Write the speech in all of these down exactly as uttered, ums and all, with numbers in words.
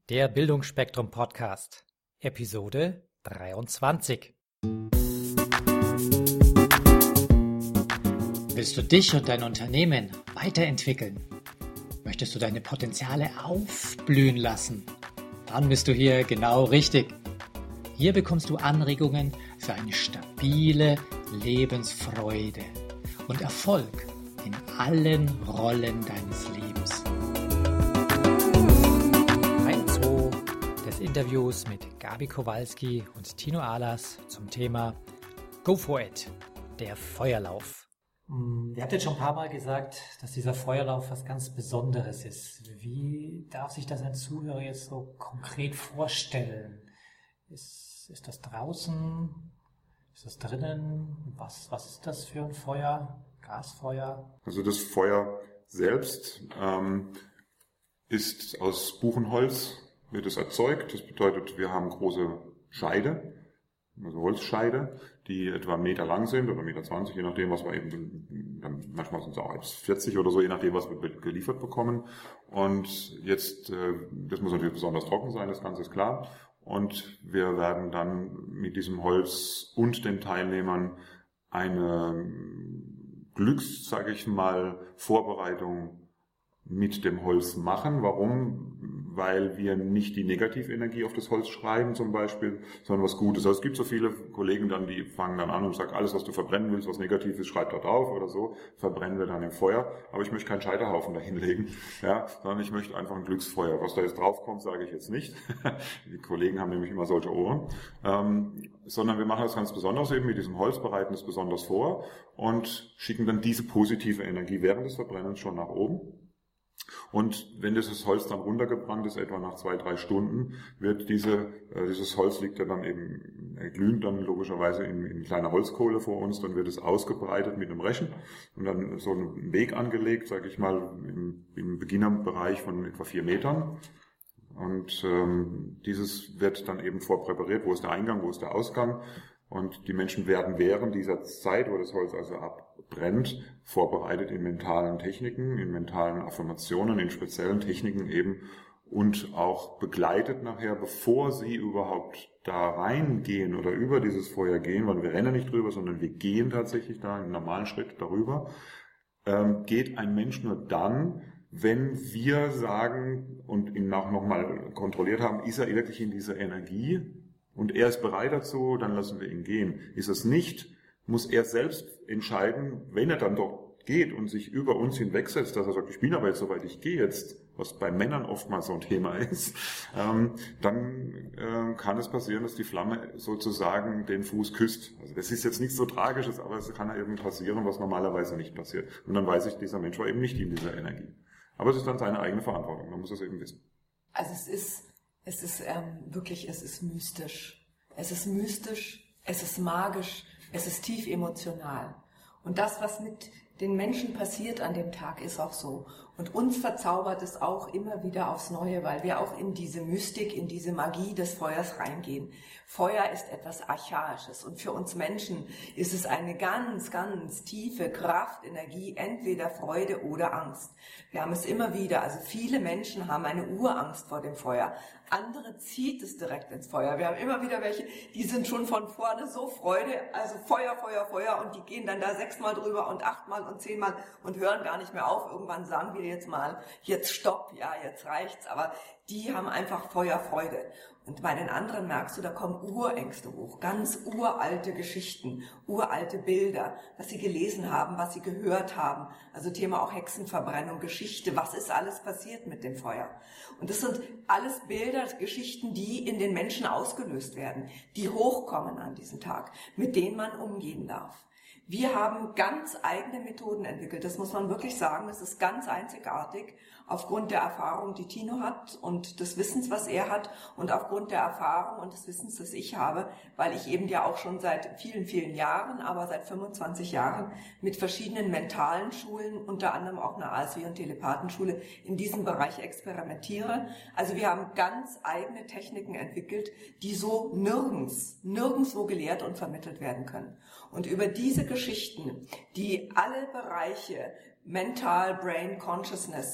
Der Bildungsspektrum Podcast, Episode dreiundzwanzig. Willst du dich und dein Unternehmen weiterentwickeln? Möchtest du deine Potenziale aufblühen lassen? Dann bist du hier genau richtig. Hier bekommst du Anregungen für eine stabile Lebensfreude und Erfolg in allen Rollen deines Lebens. Teil zwei des Interviews mit Gabi Kowalski und Tino Ahlers zum Thema Go for it, der Feuerlauf. Ihr habt jetzt schon ein paar Mal gesagt, dass dieser Feuerlauf was ganz Besonderes ist. Wie darf sich das ein Zuhörer jetzt so konkret vorstellen? Ist, ist das draußen? Ist das drinnen? Was, was ist das für ein Feuer? Gasfeuer? Also das Feuer selbst ähm, ist aus Buchenholz, wird es erzeugt. Das bedeutet, wir haben große Scheide, also Holzscheide, die etwa einen Meter lang sind oder einen Meter zwanzig, je nachdem, was wir eben, dann manchmal sind es auch vierzig oder so, je nachdem, was wir geliefert bekommen. Und jetzt, äh, das muss natürlich besonders trocken sein, das Ganze ist klar. Und wir werden dann mit diesem Holz und den Teilnehmern eine Glücks, sage ich mal, Vorbereitung mit dem Holz machen. Warum? Weil wir nicht die Negativenergie auf das Holz schreiben zum Beispiel, sondern was Gutes. Also es gibt so viele Kollegen dann, die fangen dann an und sagen, alles, was du verbrennen willst, was negativ ist, schreib da drauf oder so, verbrennen wir dann im Feuer. Aber ich möchte keinen Scheiterhaufen dahinlegen, ja, sondern ich möchte einfach ein Glücksfeuer. Was da jetzt draufkommt, sage ich jetzt nicht. Die Kollegen haben nämlich immer solche Ohren. Ähm, sondern wir machen das ganz besonders eben mit diesem Holz, bereiten es besonders vor und schicken dann diese positive Energie während des Verbrennens schon nach oben. Und wenn dieses Holz dann runtergebrannt ist, etwa nach zwei, drei Stunden, wird diese, äh, dieses Holz liegt ja dann eben, äh, glüht dann logischerweise in, in kleiner Holzkohle vor uns, dann wird es ausgebreitet mit einem Rechen und dann so einen Weg angelegt, sage ich mal, im, im Beginnerbereich von etwa vier Metern. Und ähm, dieses wird dann eben vorpräpariert, wo ist der Eingang, wo ist der Ausgang. Und die Menschen werden während dieser Zeit, wo das Holz also abbrennt, vorbereitet in mentalen Techniken, in mentalen Affirmationen, in speziellen Techniken eben und auch begleitet nachher, bevor sie überhaupt da reingehen oder über dieses Feuer gehen, weil wir rennen nicht drüber, sondern wir gehen tatsächlich da im normalen Schritt darüber, ähm, geht ein Mensch nur dann, wenn wir sagen und ihn auch nochmal kontrolliert haben, ist er wirklich in dieser Energie, und er ist bereit dazu, dann lassen wir ihn gehen. Ist es nicht, muss er selbst entscheiden, wenn er dann dort geht und sich über uns hinwegsetzt, dass er sagt, ich bin aber jetzt soweit, ich gehe jetzt, was bei Männern oftmals so ein Thema ist, ähm, dann äh, kann es passieren, dass die Flamme sozusagen den Fuß küsst. Also das ist jetzt nichts so Tragisches, aber es kann ja eben passieren, was normalerweise nicht passiert. Und dann weiß ich, dieser Mensch war eben nicht in dieser Energie. Aber es ist dann seine eigene Verantwortung, man muss das eben wissen. Also es ist Es ist ähm, wirklich, es ist mystisch. Es ist mystisch, es ist magisch, es ist tief emotional. Und das, was mit den Menschen passiert an dem Tag, ist auch so. Und uns verzaubert es auch immer wieder aufs Neue, weil wir auch in diese Mystik, in diese Magie des Feuers reingehen. Feuer ist etwas Archaisches und für uns Menschen ist es eine ganz, ganz tiefe Kraft, Energie, entweder Freude oder Angst. Wir haben es immer wieder, also viele Menschen haben eine Urangst vor dem Feuer. Andere zieht es direkt ins Feuer. Wir haben immer wieder welche, die sind schon von vorne so Freude, also Feuer, Feuer, Feuer und die gehen dann da sechsmal drüber und achtmal und zehnmal und hören gar nicht mehr auf. Irgendwann sagen wir jetzt mal, jetzt stopp, ja, jetzt reicht's, aber die haben einfach Feuerfreude. Und bei den anderen merkst du, da kommen Urängste hoch, ganz uralte Geschichten, uralte Bilder, was sie gelesen haben, was sie gehört haben. Also Thema auch Hexenverbrennung, Geschichte, was ist alles passiert mit dem Feuer? Und das sind alles Bilder, Geschichten, die in den Menschen ausgelöst werden, die hochkommen an diesem Tag, mit denen man umgehen darf. Wir haben ganz eigene Methoden entwickelt, das muss man wirklich sagen, das ist ganz einzigartig, aufgrund der Erfahrung, die Tino hat und des Wissens, was er hat und aufgrund der Erfahrung und des Wissens, das ich habe, weil ich eben ja auch schon seit vielen, vielen Jahren, aber seit fünfundzwanzig Jahren mit verschiedenen mentalen Schulen, unter anderem auch einer A S W und Telepathenschule, in diesem Bereich experimentiere. Also wir haben ganz eigene Techniken entwickelt, die so nirgends, nirgendwo gelehrt und vermittelt werden können. Und über diese Geschichten, die alle Bereiche Mental, Brain, Consciousness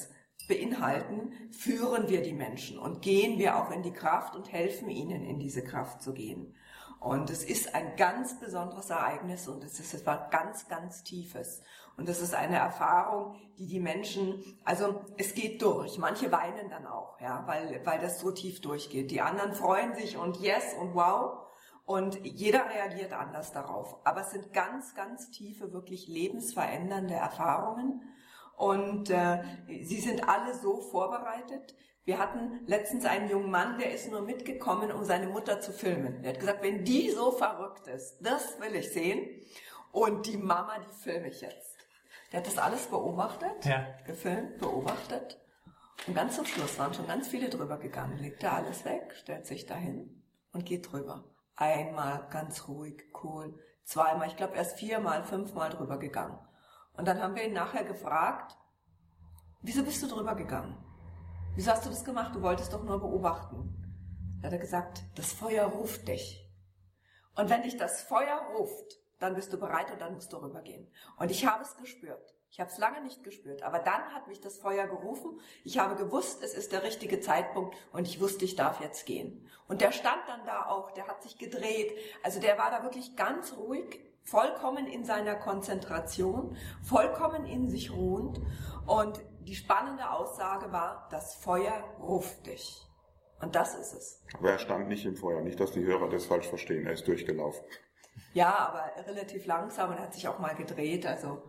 beinhalten, führen wir die Menschen und gehen wir auch in die Kraft und helfen ihnen, in diese Kraft zu gehen. Und es ist ein ganz besonderes Ereignis und es ist etwas ganz, ganz Tiefes. Und es ist eine Erfahrung, die die Menschen, also es geht durch. Manche weinen dann auch, ja, weil, weil das so tief durchgeht. Die anderen freuen sich und yes und wow. Und jeder reagiert anders darauf. Aber es sind ganz, ganz tiefe, wirklich lebensverändernde Erfahrungen. Und äh, sie sind alle so vorbereitet. Wir hatten letztens einen jungen Mann, der ist nur mitgekommen, um seine Mutter zu filmen. Der hat gesagt, wenn die so verrückt ist, das will ich sehen. Und die Mama, die filme ich jetzt. Der hat das alles beobachtet, ja. gefilmt, beobachtet. Und ganz zum Schluss waren schon ganz viele drüber gegangen. Legt er alles weg, stellt sich dahin und geht drüber. Einmal ganz ruhig, cool. Zweimal, ich glaube erst viermal, fünfmal drüber gegangen. Und dann haben wir ihn nachher gefragt, wieso bist du drüber gegangen? Wieso hast du das gemacht? Du wolltest doch nur beobachten. Da hat er gesagt, das Feuer ruft dich. Und wenn dich das Feuer ruft, dann bist du bereit und dann musst du rübergehen. Und ich habe es gespürt. Ich habe es lange nicht gespürt, aber dann hat mich das Feuer gerufen. Ich habe gewusst, es ist der richtige Zeitpunkt und ich wusste, ich darf jetzt gehen. Und der stand dann da auch, der hat sich gedreht. Also der war da wirklich ganz ruhig, vollkommen in seiner Konzentration, vollkommen in sich ruhend. Und die spannende Aussage war, das Feuer ruft dich. Und das ist es. Aber er stand nicht im Feuer, nicht, dass die Hörer das falsch verstehen, er ist durchgelaufen. Ja, aber relativ langsam und er hat sich auch mal gedreht, also...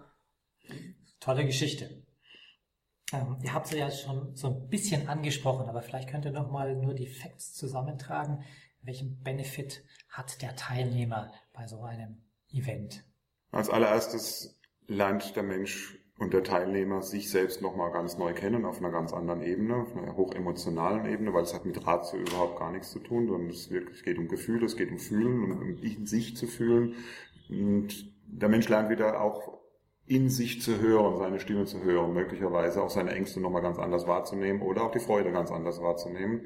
Tolle Geschichte. Ähm, ihr habt sie ja schon so ein bisschen angesprochen, aber vielleicht könnt ihr noch mal nur die Facts zusammentragen. Welchen Benefit hat der Teilnehmer bei so einem Event? Als allererstes lernt der Mensch und der Teilnehmer sich selbst nochmal ganz neu kennen, auf einer ganz anderen Ebene, auf einer hochemotionalen Ebene, weil es hat mit Ratio überhaupt gar nichts zu tun, sondern es wirklich geht um Gefühle, es geht um Fühlen und um in sich zu fühlen. Und der Mensch lernt wieder auch in sich zu hören, seine Stimme zu hören, möglicherweise auch seine Ängste nochmal ganz anders wahrzunehmen oder auch die Freude ganz anders wahrzunehmen.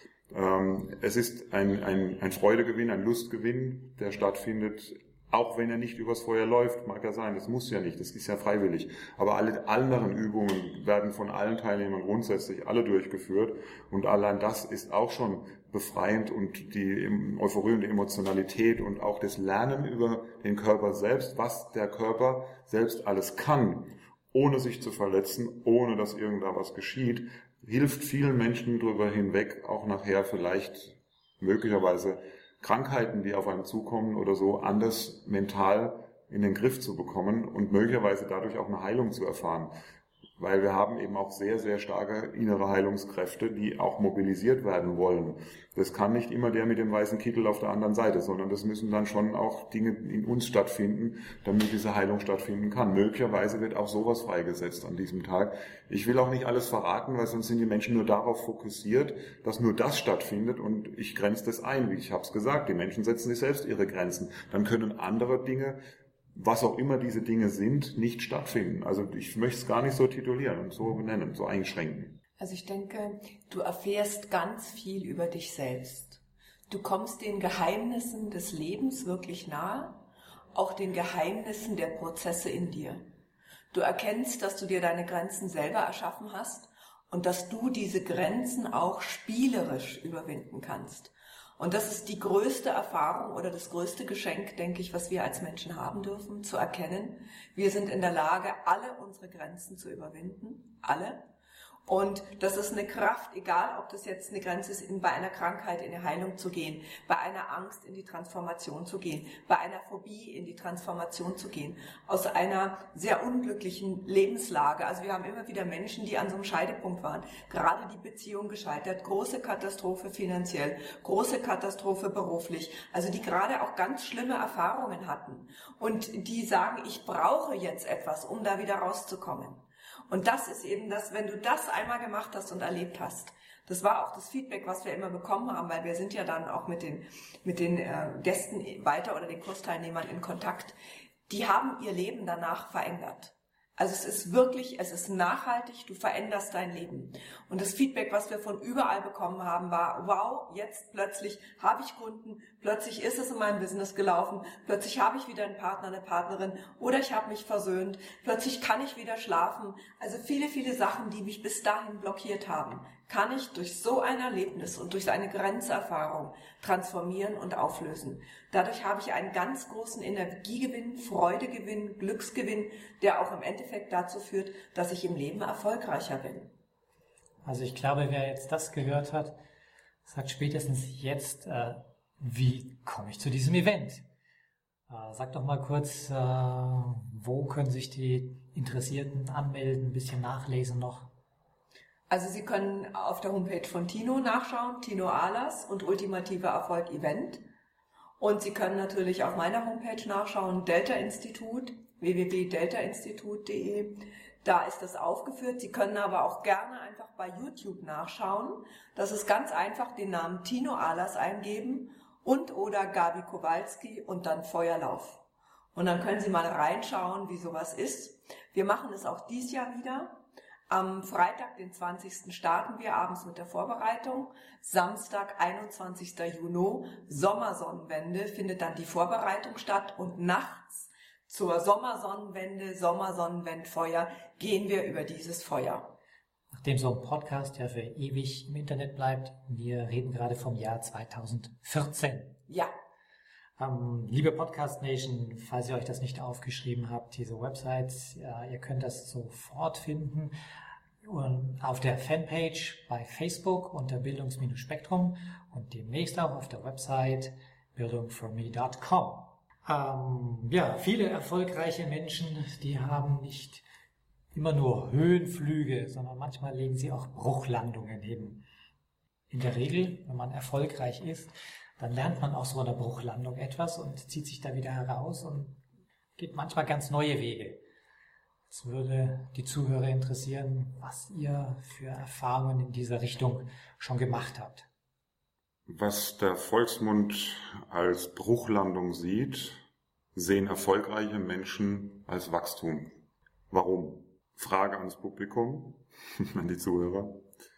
Ähm, es ist ein, ein, ein Freudegewinn, ein Lustgewinn, der stattfindet, auch wenn er nicht übers Feuer läuft, mag ja sein, das muss ja nicht, das ist ja freiwillig. Aber alle anderen Übungen werden von allen Teilnehmern grundsätzlich alle durchgeführt und allein das ist auch schon befreiend und die Euphorie und die Emotionalität und auch das Lernen über den Körper selbst, was der Körper selbst alles kann, ohne sich zu verletzen, ohne dass irgendda was geschieht, hilft vielen Menschen darüber hinweg, auch nachher vielleicht möglicherweise Krankheiten, die auf einen zukommen oder so, anders mental in den Griff zu bekommen und möglicherweise dadurch auch eine Heilung zu erfahren. Weil wir haben eben auch sehr, sehr starke innere Heilungskräfte, die auch mobilisiert werden wollen. Das kann nicht immer der mit dem weißen Kittel auf der anderen Seite, sondern das müssen dann schon auch Dinge in uns stattfinden, damit diese Heilung stattfinden kann. Möglicherweise wird auch sowas freigesetzt an diesem Tag. Ich will auch nicht alles verraten, weil sonst sind die Menschen nur darauf fokussiert, dass nur das stattfindet und ich grenze das ein, wie ich habe es gesagt. Die Menschen setzen sich selbst ihre Grenzen. Dann können andere Dinge, was auch immer diese Dinge sind, nicht stattfinden. Also ich möchte es gar nicht so titulieren und so benennen, so einschränken. Also ich denke, du erfährst ganz viel über dich selbst. Du kommst den Geheimnissen des Lebens wirklich nahe, auch den Geheimnissen der Prozesse in dir. Du erkennst, dass du dir deine Grenzen selber erschaffen hast und dass du diese Grenzen auch spielerisch überwinden kannst. Und das ist die größte Erfahrung oder das größte Geschenk, denke ich, was wir als Menschen haben dürfen, zu erkennen. Wir sind in der Lage, alle unsere Grenzen zu überwinden, alle. Und das ist eine Kraft, egal ob das jetzt eine Grenze ist, in, bei einer Krankheit in die Heilung zu gehen, bei einer Angst in die Transformation zu gehen, bei einer Phobie in die Transformation zu gehen, aus einer sehr unglücklichen Lebenslage. Also wir haben immer wieder Menschen, die an so einem Scheidepunkt waren, gerade die Beziehung gescheitert, große Katastrophe finanziell, große Katastrophe beruflich, also die gerade auch ganz schlimme Erfahrungen hatten und die sagen, ich brauche jetzt etwas, um da wieder rauszukommen. Und das ist eben das, wenn du das einmal gemacht hast und erlebt hast. Das war auch das Feedback, was wir immer bekommen haben, weil wir sind ja dann auch mit den, mit den äh, Gästen weiter oder den Kursteilnehmern in Kontakt. Die haben ihr Leben danach verändert. Also es ist wirklich, es ist nachhaltig, du veränderst dein Leben. Und das Feedback, was wir von überall bekommen haben, war, wow, jetzt plötzlich habe ich Kunden, plötzlich ist es in meinem Business gelaufen, plötzlich habe ich wieder einen Partner, eine Partnerin oder ich habe mich versöhnt, plötzlich kann ich wieder schlafen. Also viele, viele Sachen, die mich bis dahin blockiert haben, kann ich durch so ein Erlebnis und durch eine Grenzerfahrung transformieren und auflösen. Dadurch habe ich einen ganz großen Energiegewinn, Freudegewinn, Glücksgewinn, der auch im Endeffekt dazu führt, dass ich im Leben erfolgreicher bin. Also ich glaube, wer jetzt das gehört hat, sagt spätestens jetzt, äh, wie komme ich zu diesem Event? Äh, sag doch mal kurz, äh, wo können sich die Interessierten anmelden, ein bisschen nachlesen noch? Also Sie können auf der Homepage von Tino nachschauen, Tino Ahlers und Ultimative Erfolg Event. Und Sie können natürlich auf meiner Homepage nachschauen, Delta Institut, w w w punkt delta institut punkt d e. Da ist das aufgeführt. Sie können aber auch gerne einfach bei YouTube nachschauen. Das ist ganz einfach, den Namen Tino Ahlers eingeben und oder Gabi Kowalski und dann Feuerlauf. Und dann können Sie mal reinschauen, wie sowas ist. Wir machen es auch dieses Jahr wieder. Am Freitag, den zwanzigsten starten wir abends mit der Vorbereitung. Samstag, einundzwanzigsten Juni, Sommersonnenwende, findet dann die Vorbereitung statt. Und nachts zur Sommersonnenwende, Sommersonnenwendfeuer, gehen wir über dieses Feuer. Nachdem so ein Podcast ja für ewig im Internet bleibt, wir reden gerade vom Jahr zweitausendvierzehn. Ja. Ähm, liebe Podcast Nation, falls ihr euch das nicht aufgeschrieben habt, diese Websites, ja, ihr könnt das sofort finden und auf der Fanpage bei Facebook unter Bildungs-Spektrum und demnächst auch auf der Website bildung for me punkt com. Ähm, ja, viele erfolgreiche Menschen, die haben nicht immer nur Höhenflüge, sondern manchmal legen sie auch Bruchlandungen hin. In der Regel, wenn man erfolgreich ist, dann lernt man aus so einer Bruchlandung etwas und zieht sich da wieder heraus und geht manchmal ganz neue Wege. Jetzt würde die Zuhörer interessieren, was ihr für Erfahrungen in dieser Richtung schon gemacht habt. Was der Volksmund als Bruchlandung sieht, sehen erfolgreiche Menschen als Wachstum. Warum? Frage ans Publikum, an die Zuhörer.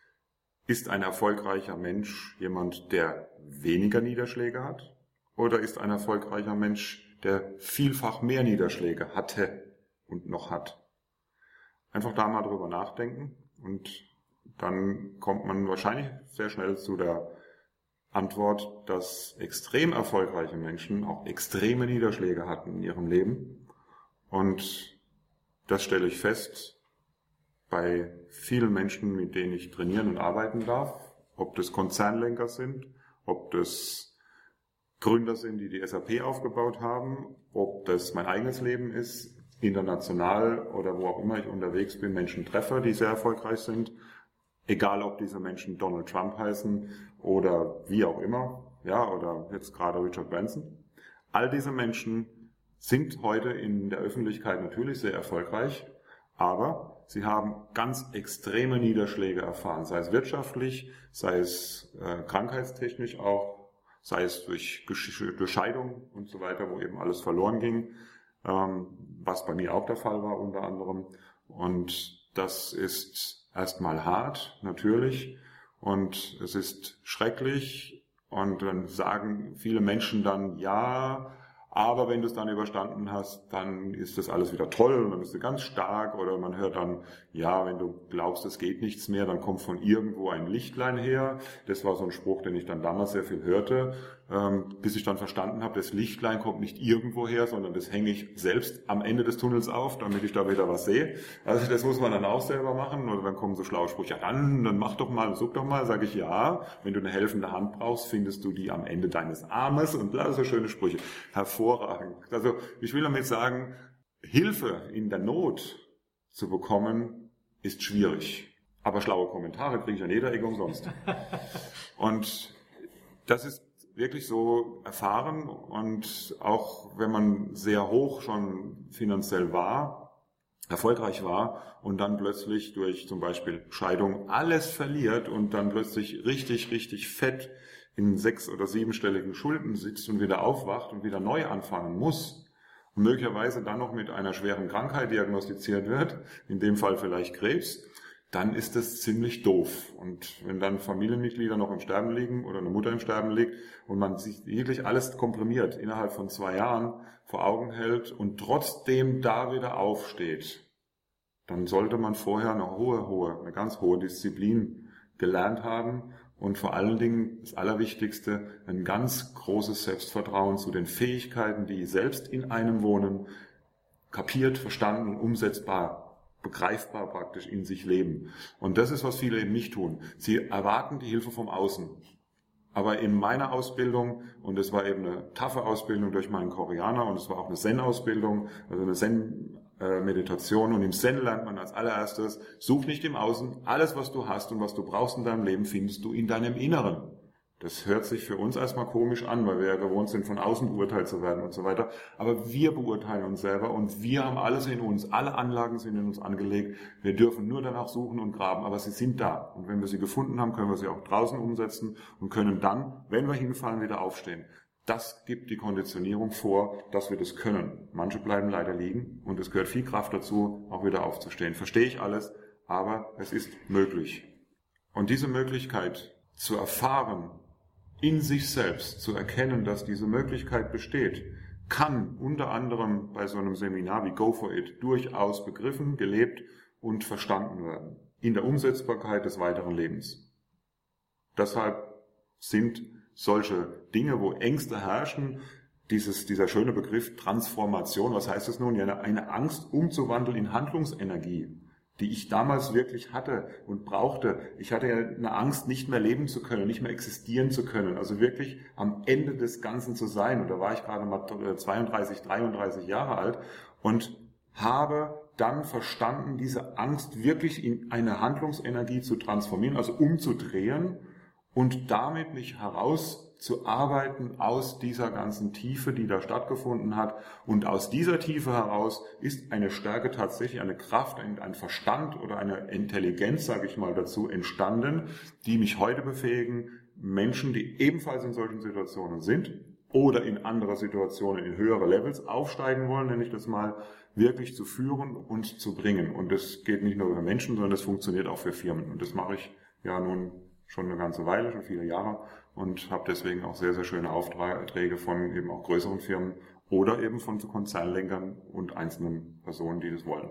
Ist ein erfolgreicher Mensch jemand, der weniger Niederschläge hat? Oder ist ein erfolgreicher Mensch, der vielfach mehr Niederschläge hatte und noch hat? Einfach da mal drüber nachdenken und dann kommt man wahrscheinlich sehr schnell zu der Antwort, dass extrem erfolgreiche Menschen auch extreme Niederschläge hatten in ihrem Leben. Und das stelle ich fest bei vielen Menschen, mit denen ich trainieren und arbeiten darf, ob das Konzernlenker sind, ob das Gründer sind, die die S A P aufgebaut haben, ob das mein eigenes Leben ist, international oder wo auch immer ich unterwegs bin, Menschen treffe, die sehr erfolgreich sind, egal ob diese Menschen Donald Trump heißen oder wie auch immer, ja, oder jetzt gerade Richard Branson. All diese Menschen sind heute in der Öffentlichkeit natürlich sehr erfolgreich, aber sie haben ganz extreme Niederschläge erfahren, sei es wirtschaftlich, sei es äh, krankheitstechnisch auch, sei es durch, durch Scheidung und so weiter, wo eben alles verloren ging, ähm, was bei mir auch der Fall war unter anderem. Und das ist erstmal hart, natürlich, und es ist schrecklich. Und dann sagen viele Menschen dann, ja, aber wenn du es dann überstanden hast, dann ist das alles wieder toll und dann bist du ganz stark. Oder man hört dann, ja, wenn du glaubst, es geht nichts mehr, dann kommt von irgendwo ein Lichtlein her. Das war so ein Spruch, den ich dann damals sehr viel hörte, ähm, bis ich dann verstanden habe, das Lichtlein kommt nicht irgendwo her, sondern das hänge ich selbst am Ende des Tunnels auf, damit ich da wieder was sehe. Also das muss man dann auch selber machen. Oder dann kommen so schlaue Sprüche, ja dann, dann mach doch mal, such doch mal. Sage ich, ja, wenn du eine helfende Hand brauchst, findest du die am Ende deines Armes. Und bla, so schöne Sprüche. Hervorragend. Also ich will damit sagen, Hilfe in der Not zu bekommen, ist schwierig. Aber schlaue Kommentare kriege ich an jeder Ecke umsonst. Und das ist wirklich so erfahren. Und auch wenn man sehr hoch schon finanziell war, erfolgreich war und dann plötzlich durch zum Beispiel Scheidung alles verliert und dann plötzlich richtig, richtig fett in sechs- oder siebenstelligen Schulden sitzt und wieder aufwacht und wieder neu anfangen muss, und möglicherweise dann noch mit einer schweren Krankheit diagnostiziert wird, in dem Fall vielleicht Krebs, dann ist das ziemlich doof. Und wenn dann Familienmitglieder noch im Sterben liegen oder eine Mutter im Sterben liegt und man sich wirklich alles komprimiert innerhalb von zwei Jahren vor Augen hält und trotzdem da wieder aufsteht, dann sollte man vorher eine hohe, hohe, eine ganz hohe Disziplin gelernt haben und vor allen Dingen das Allerwichtigste, ein ganz großes Selbstvertrauen zu den Fähigkeiten, die selbst in einem wohnen, kapiert, verstanden und umsetzbar, begreifbar praktisch in sich leben. Und das ist, was viele eben nicht tun. Sie erwarten die Hilfe vom Außen. Aber in meiner Ausbildung, und es war eben eine taffe Ausbildung durch meinen Koreaner und es war auch eine Zen-Ausbildung, also eine Zen-Meditation, und im Zen lernt man als allererstes, such nicht im Außen, alles was du hast und was du brauchst in deinem Leben, findest du in deinem Inneren. Das hört sich für uns erstmal komisch an, weil wir ja gewohnt sind, von außen beurteilt zu werden und so weiter. Aber wir beurteilen uns selber und wir haben alles in uns. Alle Anlagen sind in uns angelegt. Wir dürfen nur danach suchen und graben, aber sie sind da. Und wenn wir sie gefunden haben, können wir sie auch draußen umsetzen und können dann, wenn wir hinfallen, wieder aufstehen. Das gibt die Konditionierung vor, dass wir das können. Manche bleiben leider liegen und es gehört viel Kraft dazu, auch wieder aufzustehen. Verstehe ich alles, aber es ist möglich. Und diese Möglichkeit zu erfahren, in sich selbst zu erkennen, dass diese Möglichkeit besteht, kann unter anderem bei so einem Seminar wie Go for It durchaus begriffen, gelebt und verstanden werden. In der Umsetzbarkeit des weiteren Lebens. Deshalb sind solche Dinge, wo Ängste herrschen, dieses, dieser schöne Begriff Transformation, was heißt das nun? Ja, eine Angst umzuwandeln in Handlungsenergie, die ich damals wirklich hatte und brauchte. Ich hatte ja eine Angst, nicht mehr leben zu können, nicht mehr existieren zu können, also wirklich am Ende des Ganzen zu sein. Und da war ich gerade mal zweiunddreißig, dreiunddreißig Jahre alt und habe dann verstanden, diese Angst wirklich in eine Handlungsenergie zu transformieren, also umzudrehen und damit mich herauszuarbeiten aus dieser ganzen Tiefe, die da stattgefunden hat. Und aus dieser Tiefe heraus ist eine Stärke tatsächlich, eine Kraft, ein, ein Verstand oder eine Intelligenz, sage ich mal, dazu entstanden, die mich heute befähigen, Menschen, die ebenfalls in solchen Situationen sind oder in andere Situationen, in höhere Levels aufsteigen wollen, nenne ich das mal, wirklich zu führen und zu bringen. Und das geht nicht nur über Menschen, sondern das funktioniert auch für Firmen. Und das mache ich ja nun schon eine ganze Weile, schon viele Jahre, und habe deswegen auch sehr, sehr schöne Aufträge von eben auch größeren Firmen oder eben von Konzernlenkern und einzelnen Personen, die das wollen.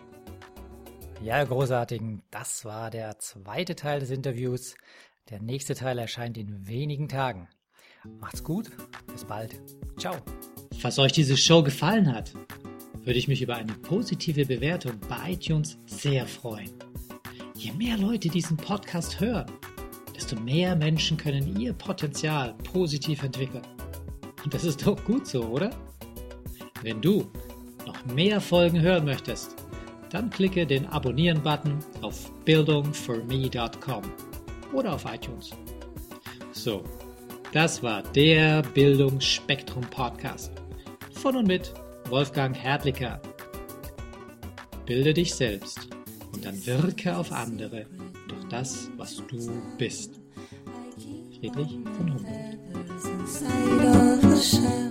Ja, großartigen. Das war der zweite Teil des Interviews. Der nächste Teil erscheint in wenigen Tagen. Macht's gut, bis bald. Ciao. Falls euch diese Show gefallen hat, würde ich mich über eine positive Bewertung bei iTunes sehr freuen. Je mehr Leute diesen Podcast hören, desto mehr Menschen können ihr Potenzial positiv entwickeln. Und das ist doch gut so, oder? Wenn du noch mehr Folgen hören möchtest, dann klicke den Abonnieren-Button auf bildung for me dot com oder auf iTunes. So, das war der Bildungsspektrum-Podcast von und mit Wolfgang Herdlicker. Bilde dich selbst und dann wirke auf andere durch das, was du bist. Friedrich von Humboldt.